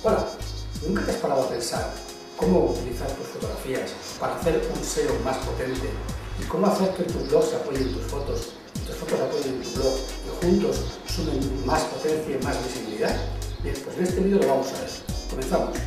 Hola, ¿nunca te has parado a pensar cómo utilizar tus fotografías para hacer un SEO más potente y cómo hacer que tu blog se apoye en tus fotos y tus fotos apoyen en tu blog y juntos sumen más potencia y más visibilidad? Bien, pues en este vídeo lo vamos a ver. Comenzamos.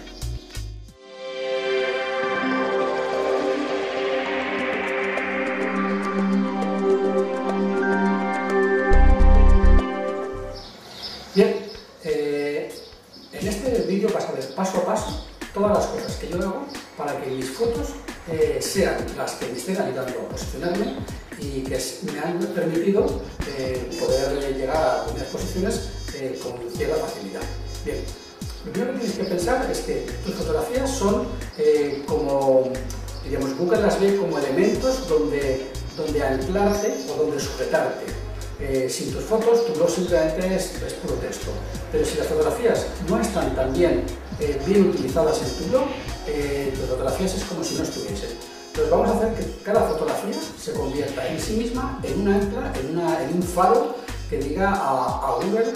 Bien, en este vídeo vas a ver paso a paso todas las cosas que yo hago para que mis fotos sean las que me estén ayudando a posicionarme y que me han permitido poder llegar a unas posiciones con cierta facilidad. Bien, lo primero que tienes que pensar es que tus fotografías son como, digamos, Google las ve como elementos donde anclarte o donde sujetarte. Sin tus fotos, tu blog simplemente es puro texto. Pero si las fotografías no están tan bien utilizadas en tu blog, tus fotografías es como si no estuviesen. Entonces vamos a hacer que cada fotografía se convierta en sí misma en un ancla, en un faro que diga a Google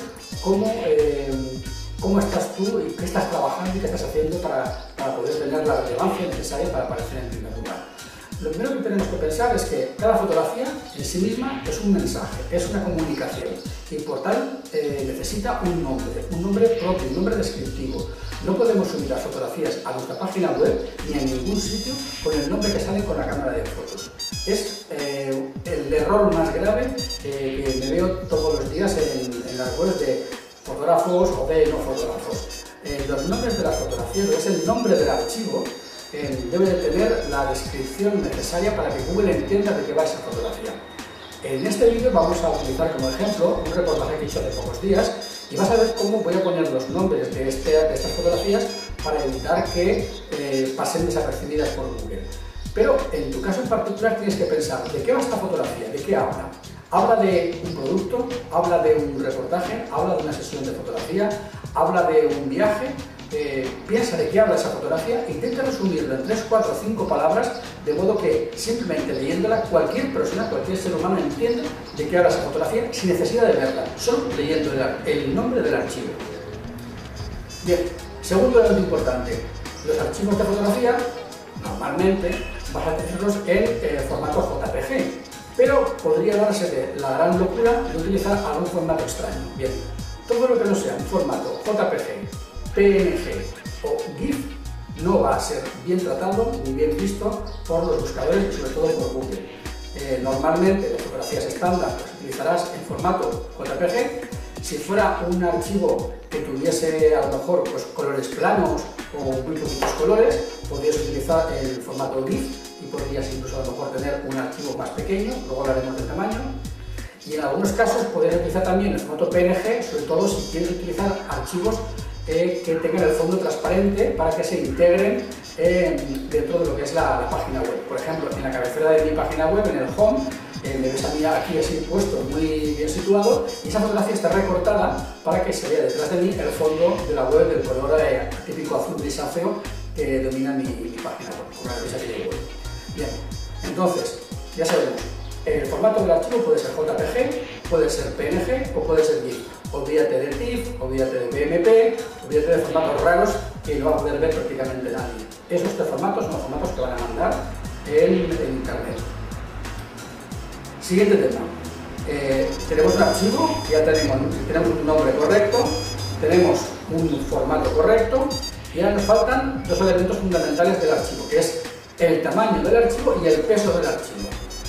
cómo estás tú y qué estás trabajando y qué estás haciendo para poder tener la relevancia necesaria para aparecer en primer lugar. Lo primero que tenemos que pensar es que cada fotografía en sí misma es un mensaje, es una comunicación y por tal necesita un nombre propio, un nombre descriptivo. No podemos subir las fotografías a nuestra página web ni a ningún sitio con el nombre que sale con la cámara de fotos. Es el error más grave que me veo todos los días en las webs de fotógrafos o de no fotógrafos. Los nombres de las fotografías, es el nombre del archivo, debe de tener la descripción necesaria para que Google entienda de qué va esa fotografía. En este vídeo vamos a utilizar como ejemplo un reportaje que he hecho hace pocos días y vas a ver cómo voy a poner los nombres de estas fotografías para evitar que pasen desapercibidas por Google. Pero en tu caso en particular tienes que pensar de qué va esta fotografía, de qué habla. ¿Habla de un producto? ¿Habla de un reportaje? ¿Habla de una sesión de fotografía? ¿Habla de un viaje? Piensa de qué habla esa fotografía, intenta resumirlo en 3, 4, 5 palabras, de modo que simplemente leyéndola cualquier persona, cualquier ser humano entienda de qué habla esa fotografía sin necesidad de verla, solo leyendo el nombre del archivo. Bien, segundo elemento importante, los archivos de fotografía normalmente vas a tenerlos en formato JPG, pero podría darse la gran locura de utilizar algún formato extraño. Bien, todo lo que no sea un formato JPG, PNG o GIF no va a ser bien tratado ni bien visto por los buscadores y sobre todo por Google. Normalmente las fotografías estándar las utilizarás en formato JPG. Si fuera un archivo que tuviese a lo mejor pues, colores planos o muy poquitos colores, podrías utilizar el formato GIF y podrías incluso a lo mejor tener un archivo más pequeño, luego hablaremos del tamaño. Y en algunos casos podrías utilizar también el formato PNG, sobre todo si quieres utilizar archivos que tengan el fondo transparente para que se integren dentro de lo que es la página web. Por ejemplo, en la cabecera de mi página web, en el home, me ves a mí aquí así puesto, muy bien situado, y esa fotografía está recortada para que se vea detrás de mí el fondo de la web del color típico azul grisáceo que domina mi página web, como la veis aquí de web. Bien, entonces, ya sabemos, el formato del archivo puede ser JPG, puede ser PNG o puede ser GIF. Olvídate de TIFF, olvídate de BMP, olvídate de formatos raros que no va a poder ver prácticamente nadie. Esos tres formatos son los formatos que van a mandar en Internet. Siguiente tema. Tenemos un archivo, ya tenemos un nombre correcto, tenemos un formato correcto y ahora nos faltan dos elementos fundamentales del archivo, que es el tamaño del archivo y el peso del archivo.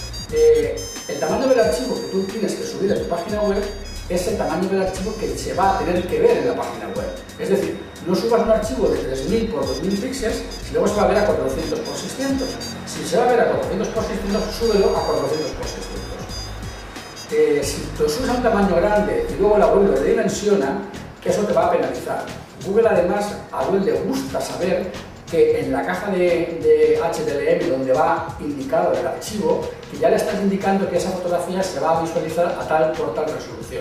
El tamaño del archivo que tú tienes que subir a tu página web es el tamaño del archivo que se va a tener que ver en la página web. Es decir, no subas un archivo de 3000 por 2000 píxeles y luego se va a ver a 400 por 600. Si se va a ver a 400 por 600, súbelo a 400 por 600. Si lo subes a un tamaño grande y luego la web lo redimensiona, eso te va a penalizar. Google además, a Google le gusta saber que en la caja de HTML donde va indicado el archivo, que ya le estás indicando que esa fotografía se va a visualizar a tal por tal resolución.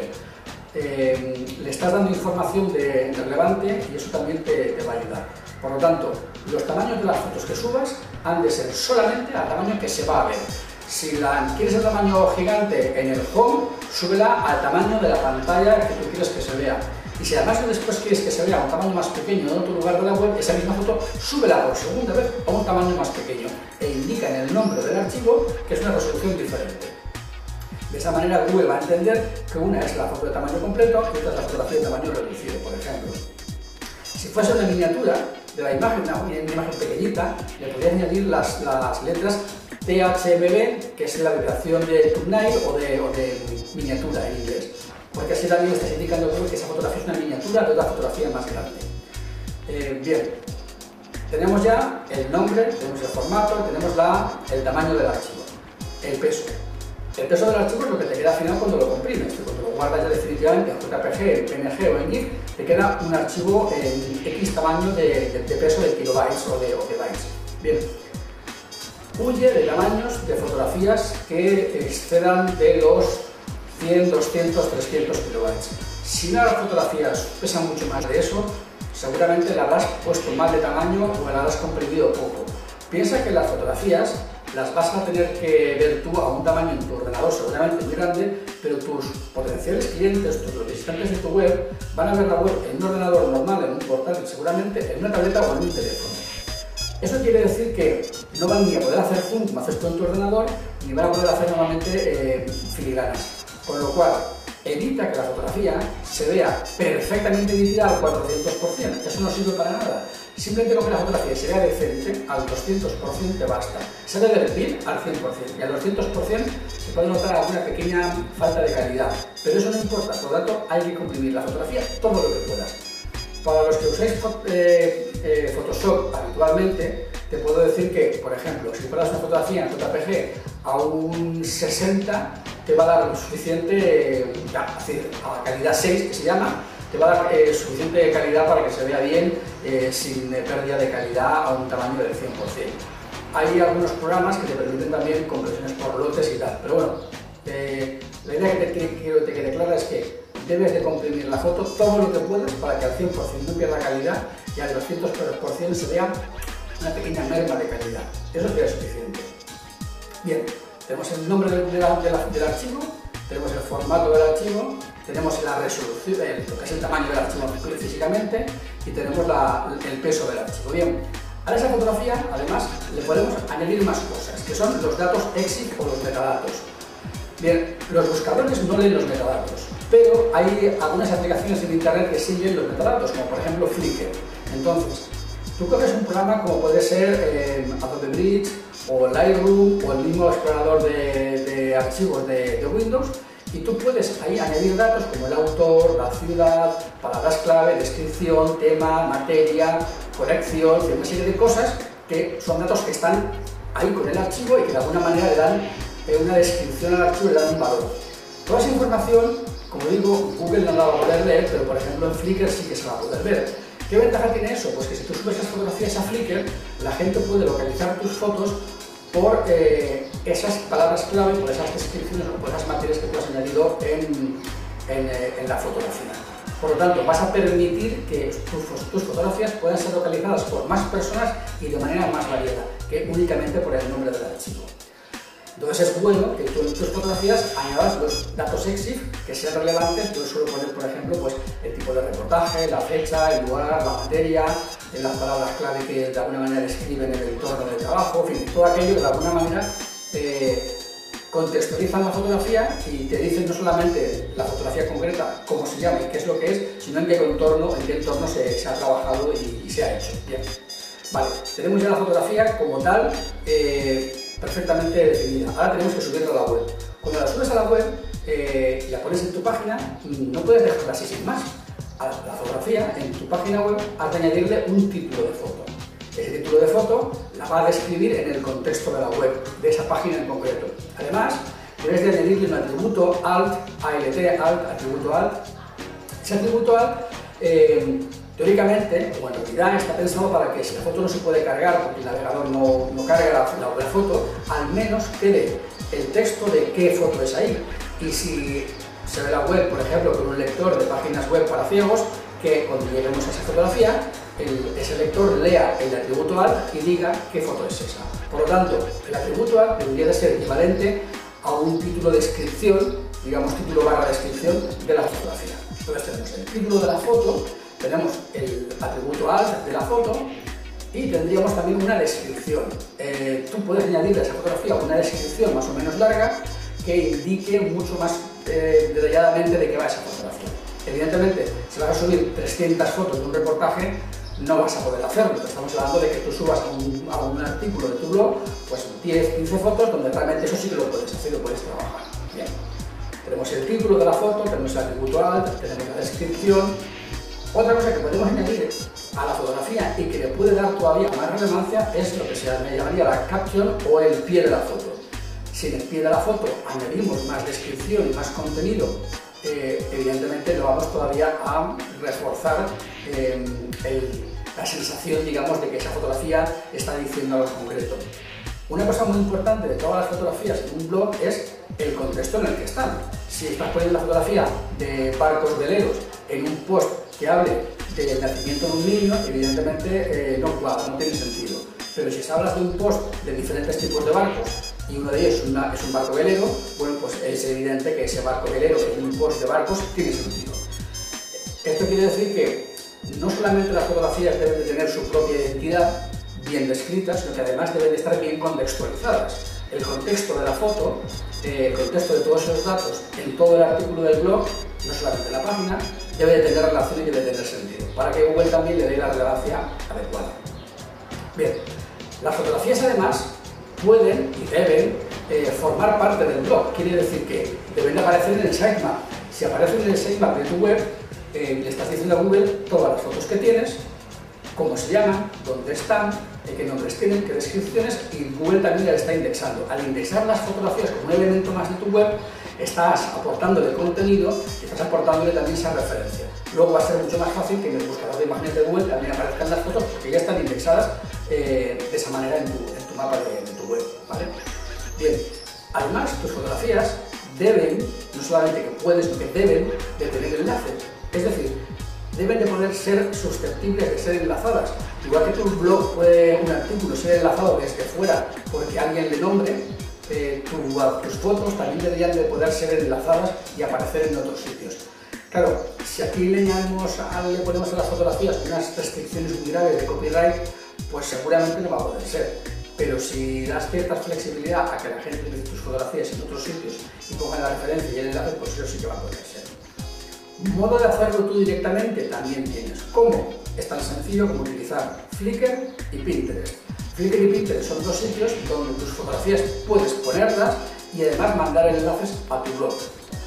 Le estás dando información relevante y eso también te va a ayudar. Por lo tanto, los tamaños de las fotos que subas han de ser solamente al tamaño que se va a ver. Si quieres el tamaño gigante en el home, súbela al tamaño de la pantalla que tú quieres que se vea. Y si además después quieres que se vea a un tamaño más pequeño en otro lugar de la web, esa misma foto súbela por segunda vez a un tamaño más pequeño e indica en el nombre del archivo que es una resolución diferente. De esa manera Google va a entender que una es la foto de tamaño completo y otra es la fotografía de tamaño reducido, por ejemplo. Si fuese una miniatura de la imagen, una imagen pequeñita, le podría añadir las letras THMB, que es la abreviación de thumbnail o de miniatura en inglés, porque así también estás indicando que esa fotografía es una miniatura de otra fotografía más grande. Bien, tenemos ya el nombre, tenemos el formato, tenemos el tamaño del archivo, el peso. El peso del archivo es lo que te queda al final cuando lo comprimes, cuando lo guardas ya definitivamente en JPG, en PNG o en GIF, te queda un archivo en X tamaño de peso de kilobytes o de bytes. Bien, huye de tamaños de fotografías que excedan de los 100, 200, 300 kilobytes. Si una de las fotografías pesa mucho más de eso, seguramente la habrás puesto mal de tamaño o la habrás comprimido poco. Piensa que las fotografías las vas a tener que ver tú a un tamaño en tu ordenador seguramente muy grande, pero tus potenciales clientes, los visitantes de tu web, van a ver la web en un ordenador normal, en un portátil seguramente, en una tableta o en un teléfono. Eso quiere decir que no van ni a poder hacer zoom como haces tú en tu ordenador, ni van a poder hacer normalmente filigranas. Con lo cual, evita que la fotografía se vea perfectamente nítida al 400%. Eso no sirve para nada. Simplemente con que la fotografía se vea decente, al 200% te basta. Se debe ver bien al 100%, y al 200% se puede notar alguna pequeña falta de calidad. Pero eso no importa, por lo tanto hay que comprimir la fotografía todo lo que puedas. Para los que usáis Photoshop habitualmente, te puedo decir que, por ejemplo, si fueras una fotografía en JPG a un 60, te va a dar suficiente, a calidad 6 que se llama, te va a dar suficiente calidad para que se vea bien sin pérdida de calidad a un tamaño del 100%. Hay algunos programas que te permiten también conversiones por lotes y tal, pero bueno, la idea que quiero que te quede clara es que debes de comprimir la foto todo lo que puedas para que al 100% no pierda calidad y al 200% se vea una pequeña merma de calidad. Eso sería suficiente. Bien, tenemos el nombre del archivo, tenemos el formato del archivo, tenemos la resolución, lo que es el tamaño del archivo físicamente, y tenemos el peso del archivo. Bien, a esa fotografía además le podemos añadir más cosas, que son los datos EXIF o los metadatos. Bien, los buscadores no leen los metadatos, pero hay algunas aplicaciones en internet que sí leen los metadatos, como por ejemplo Flickr. Entonces, tú coges un programa como puede ser Adobe Bridge o Lightroom o el mismo explorador de archivos de Windows, y tú puedes ahí añadir datos como el autor, la ciudad, palabras clave, descripción, tema, materia, conexión, una serie de cosas que son datos que están ahí con el archivo y que de alguna manera le dan una descripción al archivo, le dan un valor. Toda esa información, como digo, Google no la va a poder leer, pero por ejemplo en Flickr sí que se va a poder ver. ¿Qué ventaja tiene eso? Pues que si tú subes esas fotografías a Flickr, la gente puede localizar tus fotos por esas palabras clave, por esas descripciones o por esas materias que tú has añadido en la fotografía. Por lo tanto, vas a permitir que tus fotografías puedan ser localizadas por más personas y de manera más variada que únicamente por el nombre del archivo. Entonces es bueno que tú en tus fotografías añadas los datos EXIF que sean relevantes. Yo suelo poner, por ejemplo, pues, el tipo de reportaje, la fecha, el lugar, la materia, las palabras clave que de alguna manera describen el entorno de trabajo, en fin, todo aquello que de alguna manera contextualizan la fotografía y te dicen no solamente la fotografía concreta, cómo se llama y qué es lo que es, sino en qué entorno se ha trabajado y se ha hecho. Bien. Vale, tenemos ya la fotografía como tal perfectamente definida. Ahora tenemos que subirla a la web. Cuando la subes a la web y la pones en tu página, no puedes dejarla así sin más. A la fotografía, en tu página web, has de añadirle un título de foto. Ese título de foto la va a describir en el contexto de la web, de esa página en concreto. Además, debes de añadirle un atributo alt, atributo alt. Ese atributo alt, teóricamente, o en realidad, está pensado para que si la foto no se puede cargar, porque el navegador no carga la foto, al menos quede el texto de qué foto es ahí. Y si se ve la web, por ejemplo, con un lector de páginas web para ciegos, que cuando lleguemos a esa fotografía, ese lector lea el atributo alt y diga qué foto es esa. Por lo tanto, el atributo alt debería de ser equivalente a un título de descripción, digamos título barra descripción de la fotografía. Entonces tenemos el título de la foto, tenemos el atributo alt de la foto y tendríamos también una descripción. Tú puedes añadirle a esa fotografía una descripción más o menos larga que indique mucho más detalladamente de qué va esa fotografía. Evidentemente, si vas a subir 300 fotos de un reportaje, no vas a poder hacerlo. Estamos hablando de que tú subas a un artículo de tu blog, pues 10, 15 fotos, donde realmente eso sí que lo puedes hacer, lo puedes trabajar. Bien. Tenemos el título de la foto, tenemos el atributo alt, tenemos la descripción. Otra cosa que podemos añadir a la fotografía y que le puede dar todavía más relevancia es lo que se llamaría la caption o el pie de la foto. Si en el pie de la foto añadimos más descripción y más contenido, evidentemente lo vamos todavía a reforzar la sensación, digamos, de que esa fotografía está diciendo algo concreto. Una cosa muy importante de todas las fotografías en un blog es el contexto en el que están. Si estás poniendo la fotografía de barcos veleros en un post que hable del nacimiento de un niño, evidentemente no cuadra, no tiene sentido. Pero si hablas de un post de diferentes tipos de barcos y uno de ellos es un barco velero, bueno, pues es evidente que ese barco velero en un post de barcos tiene sentido. Esto quiere decir que no solamente las fotografías deben de tener su propia identidad bien descritas, sino que además deben de estar bien contextualizadas. El contexto de la foto, el contexto de todos esos datos en todo el artículo del blog, no solamente en la página, debe de tener relación y debe de tener sentido, para que Google también le dé la relevancia adecuada. Bien, las fotografías además pueden y deben formar parte del blog, quiere decir que deben de aparecer en el sitemap. Si aparecen en el sitemap de tu web, le estás diciendo a Google todas las fotos que tienes, cómo se llaman, dónde están, qué nombres tienen, qué descripciones, y Google también las está indexando. Al indexar las fotografías como un elemento más de tu web, estás aportándole contenido y estás aportándole también esa referencia. Luego va a ser mucho más fácil que en el buscador de imágenes de Google también aparezcan las fotos porque ya están indexadas de esa manera en tu mapa de tu web, ¿vale? Bien, además tus fotografías deben, no solamente que puedes, sino que deben de tener enlaces. Es decir, deben de poder ser susceptibles de ser enlazadas. Igual que tu blog puede, un artículo, ser enlazado desde fuera porque alguien le nombre, tus fotos también deberían de poder ser enlazadas y aparecer en otros sitios. Claro, si aquí le ponemos a las fotografías unas restricciones muy graves de copyright, pues seguramente no va a poder ser. Pero si das cierta flexibilidad a que la gente utilice tus fotografías en otros sitios y ponga la referencia y el enlace, pues eso sí que va a poder ser. Modo de hacerlo tú directamente también tienes. ¿Cómo? Es tan sencillo como utilizar Flickr y Pinterest. Flickr y Pinterest son dos sitios donde tus fotografías puedes ponerlas y además mandar enlaces a tu blog.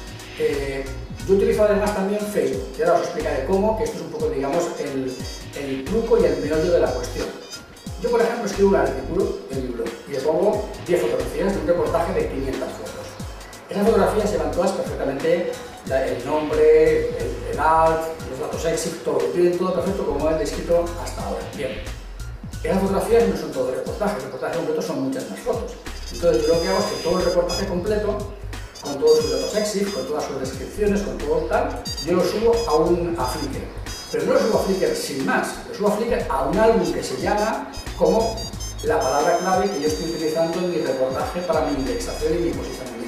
Yo utilizo además también Facebook, y ahora os explicaré cómo, que esto es un poco, digamos, el truco y el meollo de la cuestión. Yo, por ejemplo, escribo un artículo en mi blog y le pongo 10 fotografías de un reportaje de 500 fotos. Esas fotografías llevan todas perfectamente el nombre, el alt, los datos exit, todo, tienen todo perfecto como he descrito hasta ahora. Bien, esas fotografías no son todo el reportaje completo son muchas más fotos. Entonces yo lo que hago es que todo el reportaje completo, con todos sus datos exit, con todas sus descripciones, con todo tal, yo lo subo a Flickr. Pero no lo subo a Flickr sin más, lo subo a Flickr a un álbum que se llama como la palabra clave que yo estoy utilizando en mi reportaje para mi indexación y mi posicionamiento.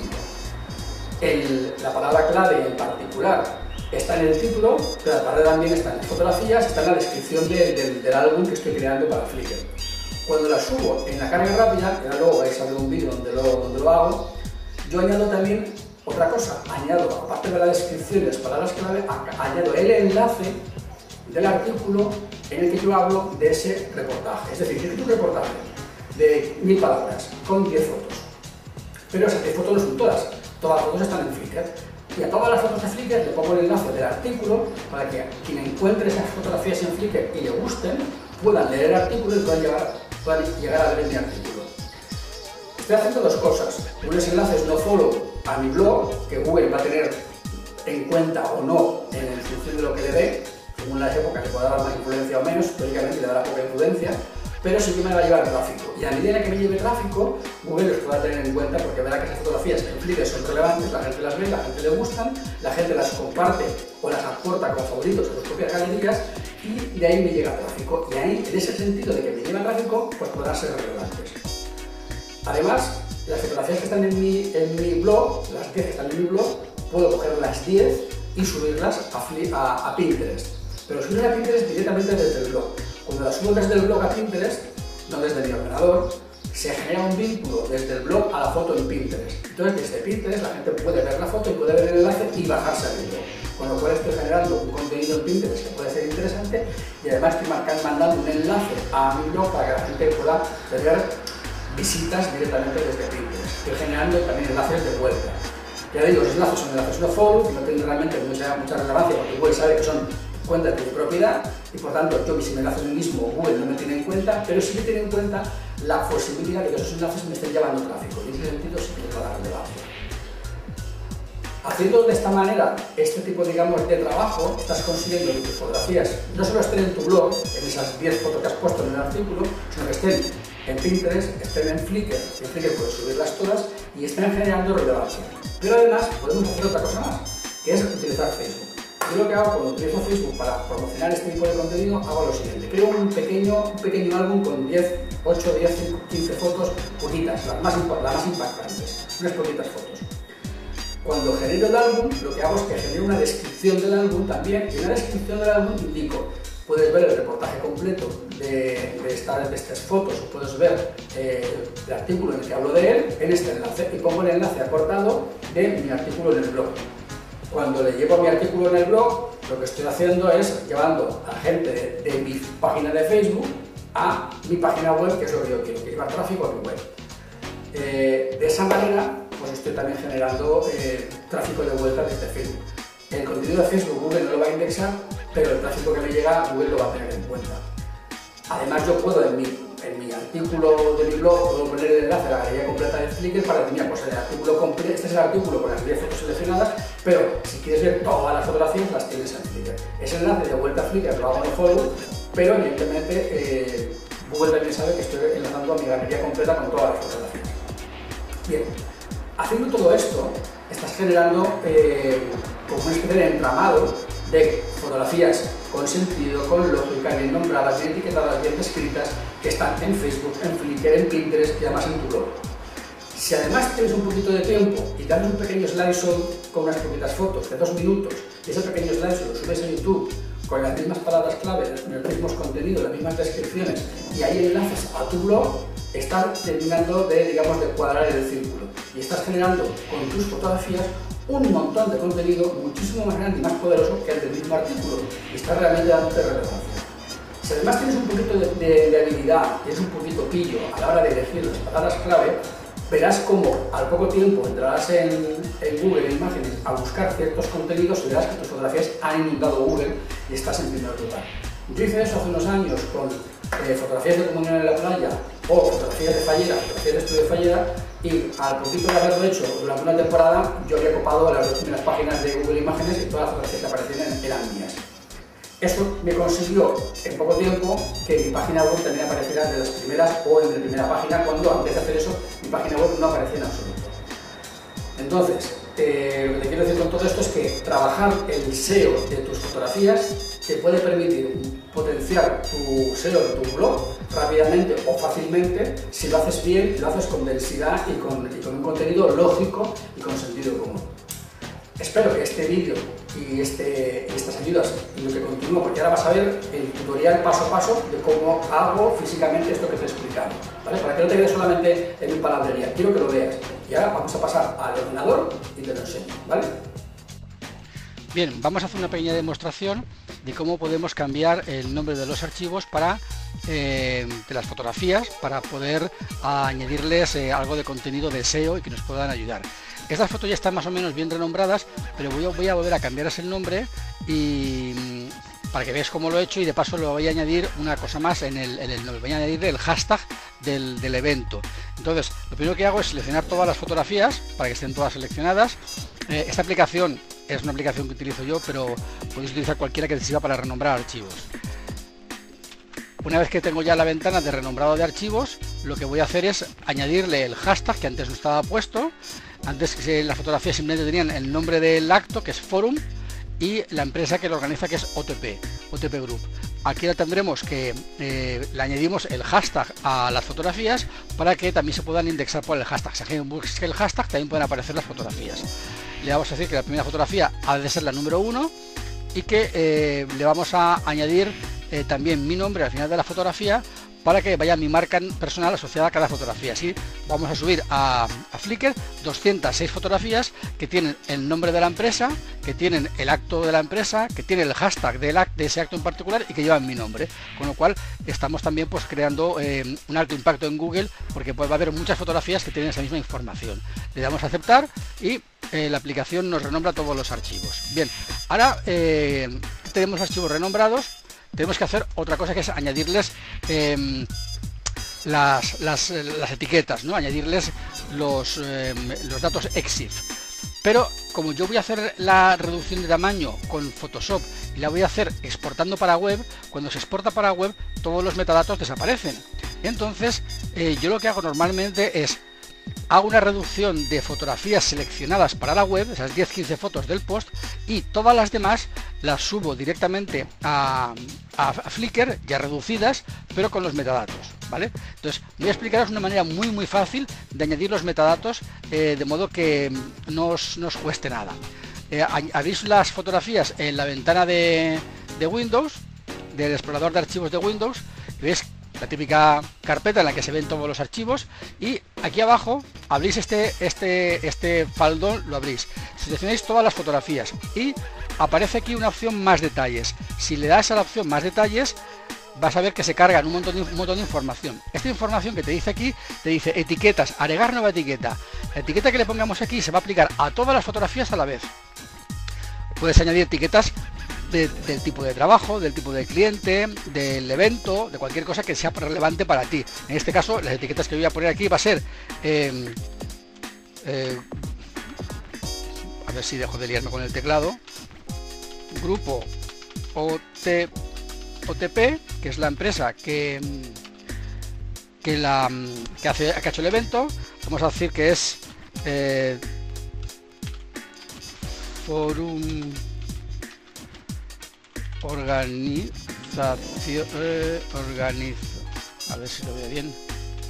La palabra clave en particular está en el título, pero aparte también está en las fotografías, está en la descripción del álbum que estoy creando para Flickr. Cuando la subo en la carga rápida, que luego vais a ver un vídeo donde lo hago, yo añado también otra cosa, aparte de la descripción y las palabras clave, añado el enlace del artículo en el que yo hablo de ese reportaje. Es decir, yo escribo un reportaje de 1000 palabras con 10 fotos, pero esas 10 fotos no son todas las fotos están en Flickr. Y a todas las fotos de Flickr le pongo el enlace del artículo para que quien encuentre esas fotografías en Flickr y le gusten, puedan leer el artículo y puedan llegar a ver mi artículo. Estoy haciendo dos cosas. Unos enlaces no follow a mi blog, que Google va a tener en cuenta o no en función de lo que le dé, según las épocas le pueda dar más influencia o menos, teóricamente le dará poca influencia, pero sí que me va a llevar tráfico. Y a medida que me lleve tráfico, Google los podrá tener en cuenta porque verá que esas fotografías en Flickr son relevantes, la gente las ve, la gente le gustan, la gente las comparte o las aporta como favoritos a sus propias galerías y de ahí me llega tráfico. Y ahí, en ese sentido de que me llega tráfico, pues podrán ser relevantes. Además, las fotografías que están en mi blog, las 10 que están en mi blog, puedo coger las 10 y subirlas a Pinterest. Pero subirlas a Pinterest directamente desde el blog. Cuando las subo desde el blog a Pinterest, no desde mi ordenador, se genera un vínculo desde el blog a la foto en Pinterest. Entonces, desde Pinterest la gente puede ver la foto y puede ver el enlace y bajarse al blog. Con lo cual estoy generando un contenido en Pinterest que puede ser interesante y además estoy mandando un enlace a mi blog para que la gente pueda tener visitas directamente desde Pinterest. Estoy generando también enlaces de vuelta. Ya digo, los enlaces son enlaces no follow, que no tienen realmente mucha relevancia porque Google sabe que son cuentas de mi propiedad y por tanto yo si me enlazo a mí mismo Google no me tiene en cuenta, pero sí que tiene en cuenta la posibilidad de que esos enlaces me estén llevando tráfico y en ese sentido sí que le da relevancia. Haciendo de esta manera este tipo, digamos, de trabajo, estás consiguiendo que tus fotografías no solo estén en tu blog, en esas 10 fotos que has puesto en el artículo, sino que estén en Pinterest, estén en Flickr, en Flickr puedes subirlas todas y estén generando relevancia. Pero además podemos hacer otra cosa más, que es utilizar Facebook. Yo lo que hago cuando utilizo Facebook para promocionar este tipo de contenido, hago lo siguiente. Creo un pequeño álbum con 8, 10, 15 fotos, poquitas, las más impactantes, unas poquitas fotos. Cuando genero el álbum, lo que hago es que genero una descripción del álbum también, y en la descripción del álbum indico, puedes ver el reportaje completo de estas fotos, o puedes ver el artículo en el que hablo de él en este enlace, y pongo el enlace acortado de mi artículo en el blog. Cuando le llevo mi artículo en el blog, lo que estoy haciendo es llevando a la gente de mi página de Facebook a mi página web, que es lo que yo quiero, que llevar tráfico a mi web. De esa manera, pues estoy también generando tráfico de vuelta desde Facebook. El contenido de Facebook Google no lo va a indexar, pero el tráfico que me llega Google lo va a tener en cuenta. Además, yo puedo en mi artículo de mi blog puedo poner el enlace a la galería completa de Flickr para decir, mira, pues el artículo completo, este es el artículo con las 10 fotos seleccionadas, pero si quieres ver todas las fotografías las tienes en Flickr. Ese enlace de vuelta a Flickr lo hago en follow, pero evidentemente Google también sabe que estoy enlazando a mi galería completa con todas las fotografías. Bien, haciendo todo esto, estás generando como una especie de entramado de fotografías con sentido, con lógica, bien nombradas, bien etiquetadas, bien descritas, que están en Facebook, en Flickr, en Pinterest y además en tu blog. Si además tienes un poquito de tiempo y te haces un pequeño slideshow con unas poquitas fotos de 2 minutos, y ese pequeño slideshow lo subes a YouTube con las mismas palabras clave, los mismos contenidos, las mismas descripciones y ahí enlaces a tu blog, estás terminando de cuadrar el círculo y estás generando con tus fotografías un montón de contenido muchísimo más grande y más poderoso que el del mismo artículo y estás realmente dándote relevancia. Si además tienes un poquito de habilidad, tienes un poquito pillo a la hora de elegir las palabras clave, verás cómo al poco tiempo entrarás en Google en Imágenes a buscar ciertos contenidos y verás que tus fotografías han inundado Google y estás en primer lugar. Yo hice eso hace unos años con fotografías de comunión en la playa o fotografías de fallera, fotografías de estudio de fallera, y al poquito de haberlo hecho durante una temporada yo había copado las 2 primeras páginas de Google Imágenes y todas las fotografías que aparecían eran mías. Eso me consiguió en poco tiempo que mi página web también apareciera de las primeras o en la primera página, cuando antes de hacer eso mi página web no aparecía en absoluto. Entonces, lo que te quiero decir con todo esto es que trabajar el SEO de tus fotografías te puede permitir potenciar tu SEO de tu blog rápidamente o fácilmente si lo haces bien, lo haces con densidad y con un contenido lógico y con sentido común. Espero que este vídeo y estas ayudas en lo que continúo, porque ahora vas a ver el tutorial paso a paso de cómo hago físicamente esto que te he explicado, ¿vale? Para que no te quedes solamente en mi palabrería, quiero que lo veas. Y ahora vamos a pasar al ordenador y te lo enseño, ¿vale? Bien, vamos a hacer una pequeña demostración de cómo podemos cambiar el nombre de los archivos de las fotografías para poder añadirles algo de contenido de SEO y que nos puedan ayudar. Estas fotos ya están más o menos bien renombradas, pero voy a volver a cambiarles el nombre y para que veáis cómo lo he hecho, y de paso le voy a añadir una cosa más en el nombre. Voy a añadir el hashtag del evento. Entonces, lo primero que hago es seleccionar todas las fotografías para que estén todas seleccionadas. Esta aplicación es una aplicación que utilizo yo, pero podéis utilizar cualquiera que te sirva para renombrar archivos. Una vez que tengo ya la ventana de renombrado de archivos, lo que voy a hacer es añadirle el hashtag que antes no estaba puesto. Antes que las fotografías simplemente tenían el nombre del acto, que es Forum, y la empresa que lo organiza, que es OTP Group. Aquí la tendremos que le añadimos el hashtag a las fotografías para que también se puedan indexar por el hashtag. Si alguien busca el hashtag, también pueden aparecer las fotografías. le vamos a decir que la primera fotografía ha de ser la número 1 y que le vamos a añadir también mi nombre al final de la fotografía para que vaya mi marca personal asociada a cada fotografía. Así vamos a subir a Flickr 206 fotografías que tienen el nombre de la empresa, que tienen el acto de la empresa, que tienen el hashtag de ese acto en particular y que llevan mi nombre. Con lo cual estamos también pues creando un alto impacto en Google, porque pues va a haber muchas fotografías que tienen esa misma información. Le damos a aceptar y la aplicación nos renombra todos los archivos. Bien, ahora tenemos archivos renombrados. Tenemos que hacer otra cosa, que es añadirles las etiquetas, ¿no? Añadirles los datos EXIF. Pero como yo voy a hacer la reducción de tamaño con Photoshop y la voy a hacer exportando para web, cuando se exporta para web todos los metadatos desaparecen. Entonces yo lo que hago normalmente es hago una reducción de fotografías seleccionadas para la web, esas 10-15 fotos del post, y todas las demás las subo directamente a Flickr ya reducidas, pero con los metadatos, ¿vale? Entonces voy a explicaros una manera muy fácil de añadir los metadatos, de modo que no os cueste nada. Abrís las fotografías en la ventana de Windows, del explorador de archivos de Windows, y veis la típica carpeta en la que se ven todos los archivos, y aquí abajo abrís este faldón, lo abrís, seleccionáis todas las fotografías y aparece aquí una opción más detalles. Si le das a la opción más detalles, vas a ver que se cargan un montón de información. Esta información que te dice aquí, te dice etiquetas, agregar nueva etiqueta. La etiqueta que le pongamos aquí se va a aplicar a todas las fotografías a la vez. Puedes añadir etiquetas del tipo de trabajo, del tipo de cliente, del evento, de cualquier cosa que sea relevante para ti. En este caso, las etiquetas que voy a poner aquí va a ser a ver si dejo de liarme con el teclado. Grupo OTP, que es la empresa que ha hecho el evento. Vamos a decir que es Forum Organización, a ver si lo veo bien.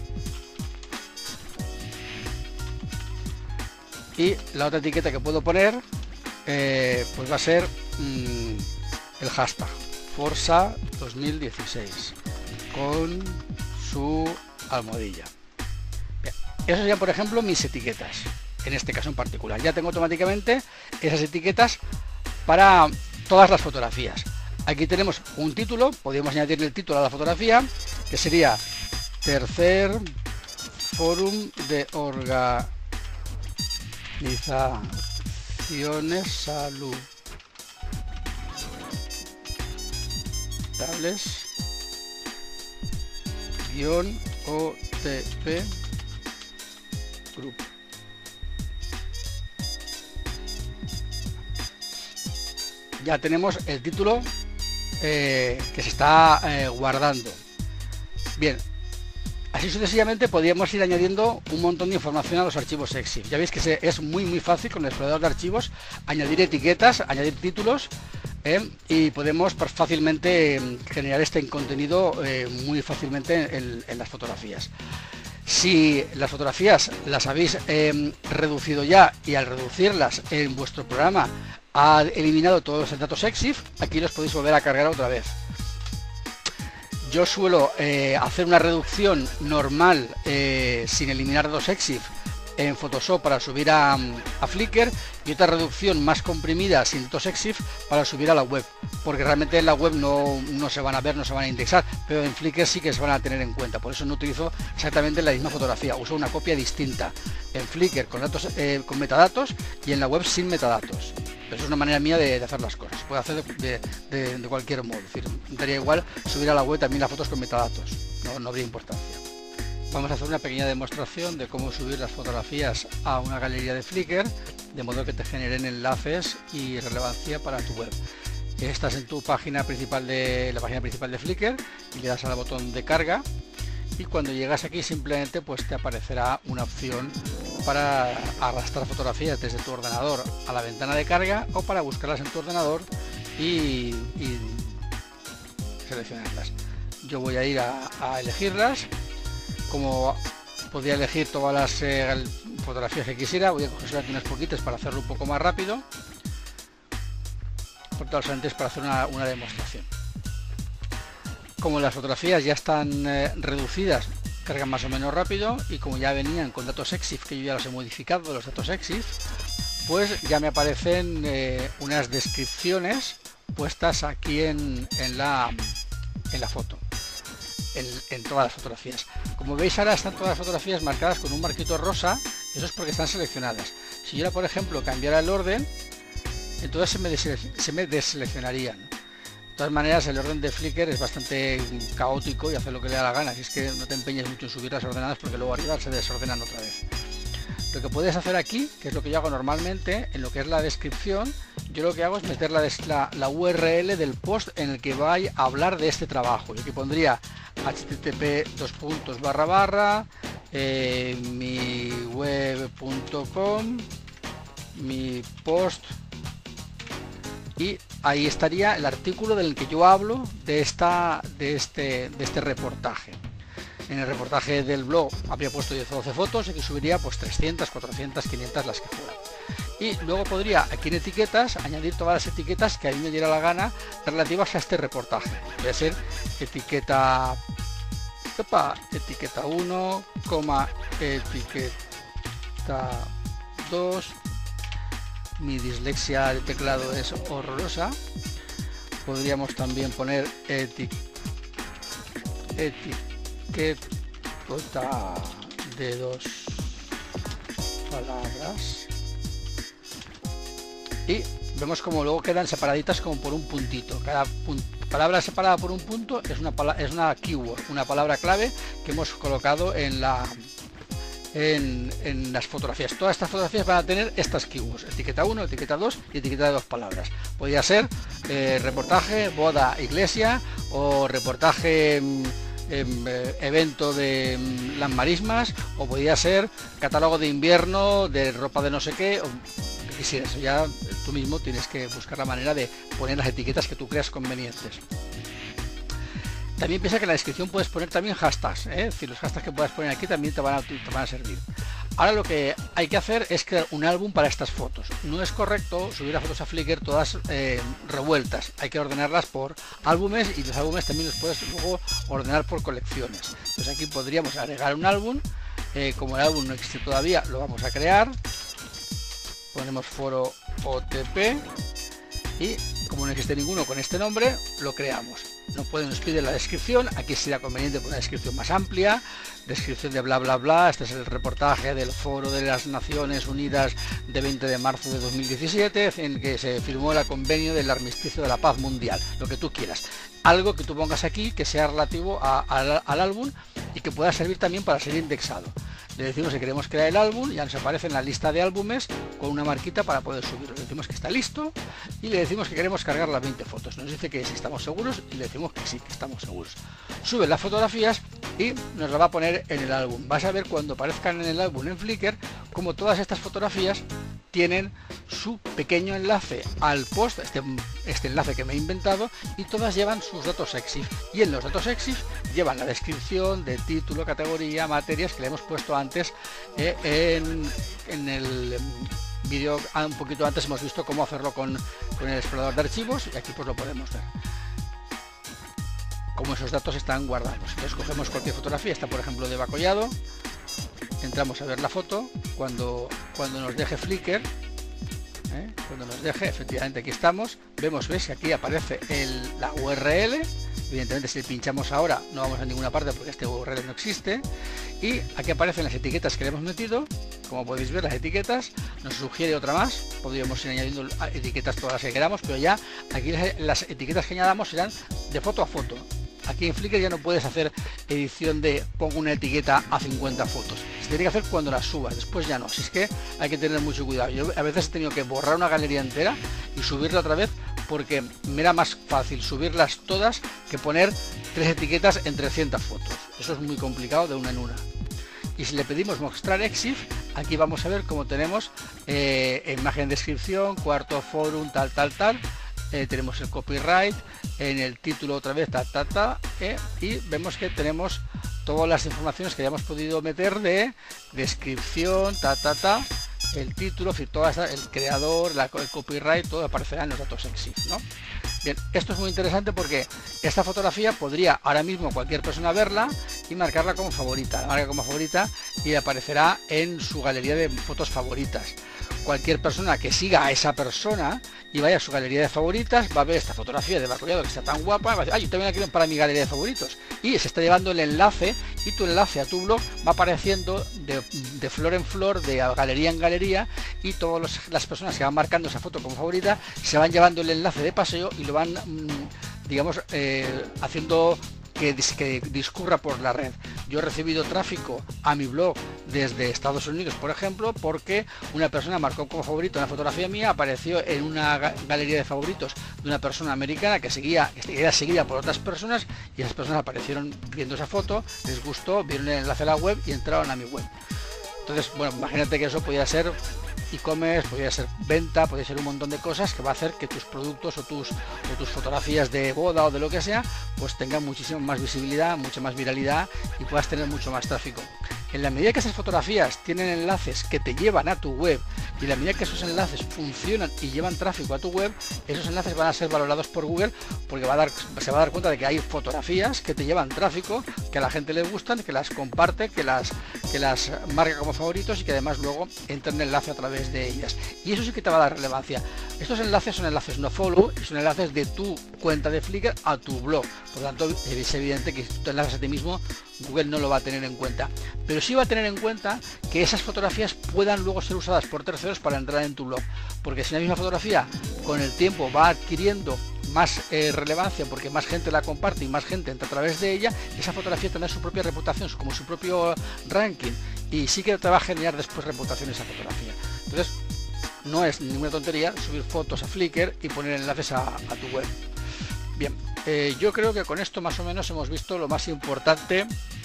Y la otra etiqueta que puedo poner pues va a ser el hashtag Forza 2016 con su almohadilla. Bien, esos serían, por ejemplo, mis etiquetas. En este caso en particular ya tengo automáticamente esas etiquetas para todas las fotografías. Aquí tenemos un título, podríamos añadirle el título a la fotografía, que sería Tercer Fórum de Organizaciones Saludables OTP Group. Ya tenemos el título que se está guardando. Bien, así sucesivamente podríamos ir añadiendo un montón de información a los archivos EXIF. Ya veis que es muy fácil con el explorador de archivos añadir etiquetas, añadir títulos, y podemos fácilmente generar este contenido muy fácilmente en las fotografías. Si las fotografías las habéis reducido ya y al reducirlas en vuestro programa ha eliminado todos los datos EXIF, aquí los podéis volver a cargar otra vez. Yo suelo hacer una reducción normal sin eliminar datos EXIF en Photoshop para subir a Flickr, y otra reducción más comprimida sin datos EXIF para subir a la web, porque realmente en la web no se van a ver, no se van a indexar, pero en Flickr sí que se van a tener en cuenta. Por eso no utilizo exactamente la misma fotografía, uso una copia distinta en Flickr con datos, con metadatos, y en la web sin metadatos. Pero eso es una manera mía de hacer las cosas. Puedo hacer de cualquier modo, es decir, daría igual subir a la web también las fotos con metadatos, no habría importancia. Vamos a hacer una pequeña demostración de cómo subir las fotografías a una galería de Flickr, de modo que te generen enlaces y relevancia para tu web. Estás en tu página principal la página principal de Flickr y le das al botón de carga, y cuando llegas aquí simplemente pues te aparecerá una opción para arrastrar fotografías desde tu ordenador a la ventana de carga, o para buscarlas en tu ordenador y seleccionarlas. Yo voy a ir a elegirlas. Como podría elegir todas las fotografías que quisiera. Voy a coger solamente unas poquitas para hacerlo un poco más rápido, por todos los antes, para hacer una demostración. Como las fotografías ya están reducidas, cargan más o menos rápido, y como ya venían con datos EXIF, que yo ya los he modificado, los datos EXIF, pues ya me aparecen unas descripciones puestas aquí en la foto, en todas las fotografías. Como veis, ahora están todas las fotografías marcadas con un marquito rosa. Eso es porque están seleccionadas. Si yo ahora, por ejemplo, cambiara el orden, entonces se me deseleccionarían. De todas maneras, el orden de Flickr es bastante caótico y hace lo que le da la gana, así es que no te empeñes mucho en subir las ordenadas, porque luego arriba se desordenan otra vez. Lo que puedes hacer aquí, que es lo que yo hago normalmente, en lo que es la descripción, yo lo que hago es meter la URL del post en el que vais a hablar de este trabajo. Yo aquí pondría http://miweb.com, mi post, y ahí estaría el artículo del que yo hablo de este reportaje. En el reportaje del blog habría puesto 10 o 12 fotos, y aquí subiría pues 300, 400, 500, las que fueran. Y luego podría, aquí en etiquetas, añadir todas las etiquetas que a mí me diera la gana relativas a este reportaje. Voy a ser etiqueta 1, etiqueta 2. Mi dislexia de teclado es horrorosa. Podríamos también poner etiqueta de 2 palabras, y vemos como luego quedan separaditas como por un puntito. Cada palabra separada por un punto es una keyword, una palabra clave que hemos colocado en las fotografías. Todas estas fotografías van a tener estas keywords: etiqueta 1, etiqueta 2 y etiqueta de 2 palabras. Podría ser reportaje, boda, iglesia, o reportaje evento de las marismas, o podría ser catálogo de invierno de ropa de no sé qué, o lo que quisieras. Ya tú mismo tienes que buscar la manera de poner las etiquetas que tú creas convenientes. También piensa que en la descripción puedes poner también hashtags, es decir, los hashtags que puedas poner aquí también te van a servir. Ahora lo que hay que hacer es crear un álbum para estas fotos. No es correcto subir las fotos a Flickr todas revueltas. Hay que ordenarlas por álbumes, y los álbumes también los puedes luego ordenar por colecciones. Entonces aquí podríamos agregar un álbum. Como el álbum no existe todavía, lo vamos a crear. Ponemos foro OTP, y como no existe ninguno con este nombre, lo creamos. Nos pide la descripción. Aquí sería conveniente poner una descripción más amplia, descripción de bla bla bla. Este es el reportaje del Foro de las Naciones Unidas de 20 de marzo de 2017, en que se firmó el convenio del armisticio de la paz mundial. Lo que tú quieras, algo que tú pongas aquí que sea relativo al álbum y que pueda servir también para ser indexado. Le decimos que queremos crear el álbum, ya nos aparece en la lista de álbumes con una marquita para poder subirlo. Le decimos que está listo y le decimos que queremos cargar las 20 fotos. Nos dice que si estamos seguros, y le decimos que sí, que estamos seguros. Sube las fotografías y nos la va a poner en el álbum. Vas a ver cuando aparezcan en el álbum en Flickr como todas estas fotografías tienen su pequeño enlace al post, este enlace que me he inventado, y todas llevan sus datos EXIF, y en los datos EXIF llevan la descripción de título, categoría, materias que le hemos puesto antes en el vídeo. Un poquito antes hemos visto cómo hacerlo con el explorador de archivos, y aquí pues lo podemos ver cómo esos datos están guardados. Entonces cogemos cualquier fotografía, esta por ejemplo de Bacollado, entramos a ver la foto, cuando nos deje Flickr, cuando nos deje, efectivamente aquí estamos, ves que aquí aparece la URL. Evidentemente si pinchamos ahora no vamos a ninguna parte porque este URL no existe, y aquí aparecen las etiquetas que le hemos metido. Como podéis ver, las etiquetas nos sugiere otra más. Podríamos ir añadiendo etiquetas todas las que queramos, pero ya aquí las etiquetas que añadamos serán de foto a foto. Aquí en Flickr ya no puedes hacer edición de pongo una etiqueta a 50 fotos. Se tiene que hacer cuando las subas, después ya no. Así es que hay que tener mucho cuidado. Yo a veces he tenido que borrar una galería entera y subirla otra vez, porque me era más fácil subirlas todas que poner 3 etiquetas en 300 fotos. Eso es muy complicado de una en una. Y si le pedimos mostrar EXIF, aquí vamos a ver cómo tenemos imagen, descripción, cuarto forum, tal. Tenemos el copyright, en el título otra vez, y vemos que tenemos todas las informaciones que hayamos podido meter de descripción, el título, el creador, el copyright, todo aparecerá en los datos EXIF, ¿no? Bien, esto es muy interesante porque esta fotografía podría ahora mismo cualquier persona verla y marcarla como favorita. La marca como favorita y aparecerá en su galería de fotos favoritas. Cualquier persona que siga a esa persona y vaya a su galería de favoritas va a ver esta fotografía de Barrollado que está tan guapa, va a decir, yo también la quiero para mi galería de favoritos, y se está llevando el enlace, y tu enlace a tu blog va apareciendo de flor en flor, de galería en galería, y todas las personas que van marcando esa foto como favorita se van llevando el enlace de paseo y lo van digamos haciendo que discurra por la red. Yo he recibido tráfico a mi blog desde Estados Unidos, por ejemplo, porque una persona marcó como favorito una fotografía mía, apareció en una galería de favoritos de una persona americana que era seguida por otras personas, y esas personas aparecieron viendo esa foto, les gustó, vieron el enlace a la web y entraron a mi web. Entonces, bueno, imagínate que eso podría ser e-commerce, podría ser venta, podría ser un montón de cosas que va a hacer que tus productos o tus fotografías de boda o de lo que sea, pues tengan muchísima más visibilidad, mucha más viralidad y puedas tener mucho más tráfico. En la medida que esas fotografías tienen enlaces que te llevan a tu web, y en la medida que esos enlaces funcionan y llevan tráfico a tu web, esos enlaces van a ser valorados por Google, porque se va a dar cuenta de que hay fotografías que te llevan tráfico, que a la gente le gustan, que las comparte, que las marca como favoritos y que además luego entra en enlace a través de ellas. Y eso sí que te va a dar relevancia. Estos enlaces son enlaces no follow y son enlaces de tu cuenta de Flickr a tu blog. Por lo tanto, es evidente que si tú te enlazas a ti mismo, Google no lo va a tener en cuenta. Pero sí va a tener en cuenta que esas fotografías puedan luego ser usadas por terceros para entrar en tu blog. Porque si la misma fotografía con el tiempo va adquiriendo más relevancia, porque más gente la comparte y más gente entra a través de ella, esa fotografía tendrá su propia reputación, como su propio ranking, y sí que te va a generar después reputación esa fotografía. Entonces, no es ninguna tontería subir fotos a Flickr y poner enlaces a tu web. Bien, yo creo que con esto más o menos hemos visto lo más importante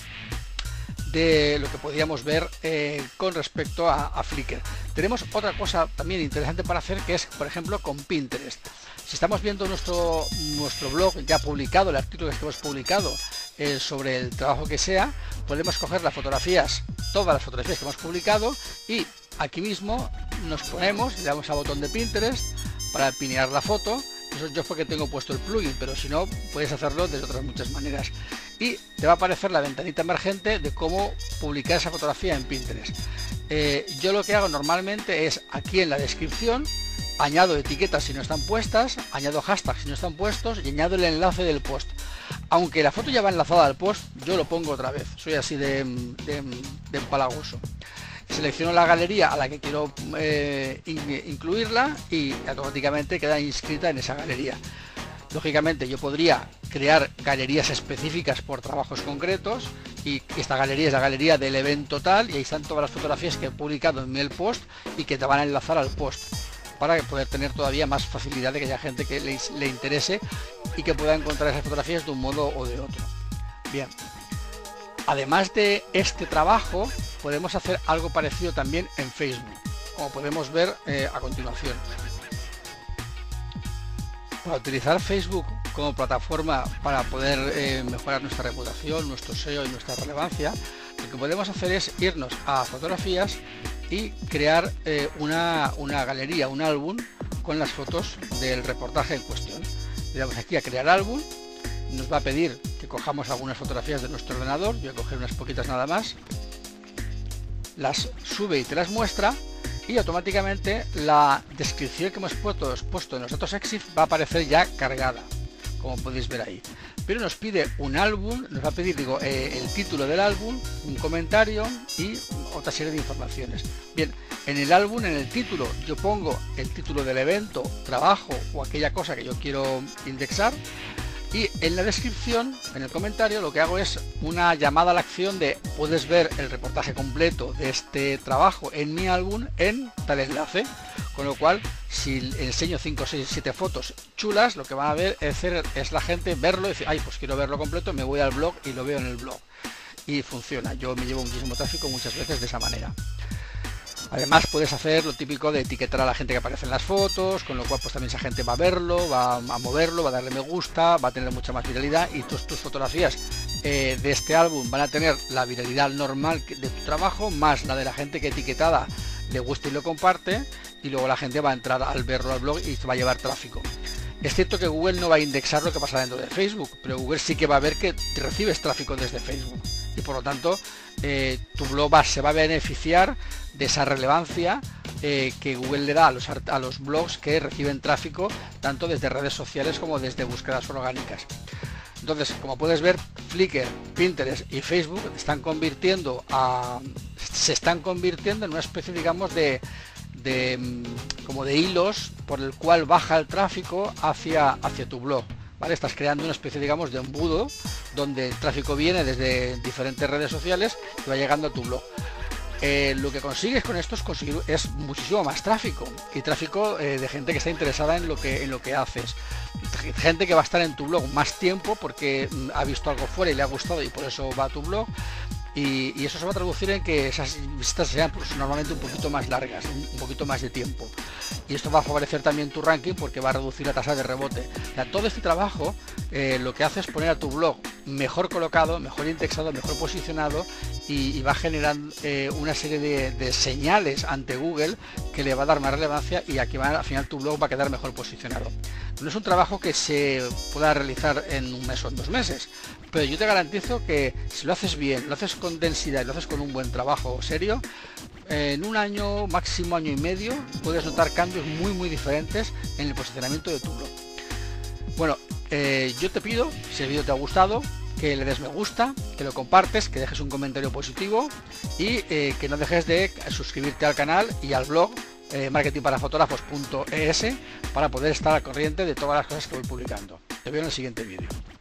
de lo que podíamos ver con respecto a Flickr. Tenemos otra cosa también interesante para hacer, que es, por ejemplo, con Pinterest. Si estamos viendo nuestro blog ya publicado, el artículo que hemos publicado sobre el trabajo que sea, podemos coger las fotografías, todas las fotografías que hemos publicado, y aquí mismo nos ponemos, le damos al botón de Pinterest para pinear la foto. Eso yo porque tengo puesto el plugin, pero si no, puedes hacerlo de otras muchas maneras. Y te va a aparecer la ventanita emergente de cómo publicar esa fotografía en Pinterest. Yo lo que hago normalmente es aquí en la descripción, añado etiquetas si no están puestas, añado hashtags si no están puestos y añado el enlace del post. Aunque la foto ya va enlazada al post, yo lo pongo otra vez. Soy así de empalagoso. Selecciono la galería a la que quiero incluirla y automáticamente queda inscrita en esa galería. Lógicamente yo podría crear galerías específicas por trabajos concretos, y esta galería es la galería del evento tal, y ahí están todas las fotografías que he publicado en el post y que te van a enlazar al post, para poder tener todavía más facilidad de que haya gente que le interese y que pueda encontrar esas fotografías de un modo o de otro. Bien, además de este trabajo podemos hacer algo parecido también en Facebook, como podemos ver a continuación. Para utilizar Facebook como plataforma para poder mejorar nuestra reputación, nuestro SEO y nuestra relevancia, lo que podemos hacer es irnos a fotografías y crear una galería, un álbum con las fotos del reportaje en cuestión. Le damos aquí a crear álbum, nos va a pedir que cojamos algunas fotografías de nuestro ordenador, yo voy a coger unas poquitas nada más, las sube y te las muestra, y automáticamente la descripción que hemos puesto en los datos EXIF va a aparecer ya cargada, como podéis ver ahí. Pero nos pide un álbum, nos va a pedir el título del álbum, un comentario y otra serie de informaciones. Bien, en el álbum, en el título, yo pongo el título del evento, trabajo o aquella cosa que yo quiero indexar, y en la descripción, en el comentario, lo que hago es una llamada a la acción de puedes ver el reportaje completo de este trabajo en mi álbum en tal enlace. Con lo cual, si enseño 5, 6, 7 fotos chulas, lo que van a ver es la gente verlo y decir, ay, pues quiero verlo completo, me voy al blog y lo veo en el blog. Y funciona, yo me llevo muchísimo tráfico muchas veces de esa manera. Además puedes hacer lo típico de etiquetar a la gente que aparece en las fotos, con lo cual pues también esa gente va a verlo, va a moverlo, va a darle me gusta, va a tener mucha más viralidad, y tus fotografías de este álbum van a tener la viralidad normal de tu trabajo, más la de la gente que etiquetada le gusta y lo comparte, y luego la gente va a entrar al verlo al blog y se va a llevar tráfico. Es cierto que Google no va a indexar lo que pasa dentro de Facebook, pero Google sí que va a ver que recibes tráfico desde Facebook, y por lo tanto tu blog se va a beneficiar de esa relevancia que Google le da a los blogs que reciben tráfico tanto desde redes sociales como desde búsquedas orgánicas. Entonces, como puedes ver, Flickr, Pinterest y Facebook se están convirtiendo en una especie, digamos, como de hilos por el cual baja el tráfico hacia tu blog, ¿vale? Estás creando una especie, digamos, de embudo donde el tráfico viene desde diferentes redes sociales y va llegando a tu blog. Lo que consigues con esto es muchísimo más tráfico, y tráfico de gente que está interesada en lo que haces, gente que va a estar en tu blog más tiempo porque ha visto algo fuera y le ha gustado y por eso va a tu blog, y eso se va a traducir en que esas visitas sean pues, normalmente un poquito más largas, un poquito más de tiempo, y esto va a favorecer también tu ranking porque va a reducir la tasa de rebote. O sea, todo este trabajo lo que hace es poner a tu blog mejor colocado, mejor indexado, mejor posicionado, y va a generar una serie de señales ante Google que le va a dar más relevancia, y aquí al final tu blog va a quedar mejor posicionado. No es un trabajo que se pueda realizar en un mes o en 2 meses, pero yo te garantizo que si lo haces bien, lo haces con densidad y lo haces con un buen trabajo serio, en un año, máximo año y medio, puedes notar cambios muy diferentes en el posicionamiento de tu blog. Bueno, yo te pido, si el vídeo te ha gustado, que le des me gusta, que lo compartes, que dejes un comentario positivo, y que no dejes de suscribirte al canal y al blog marketingparafotógrafos.es para poder estar al corriente de todas las cosas que voy publicando. Te veo en el siguiente vídeo.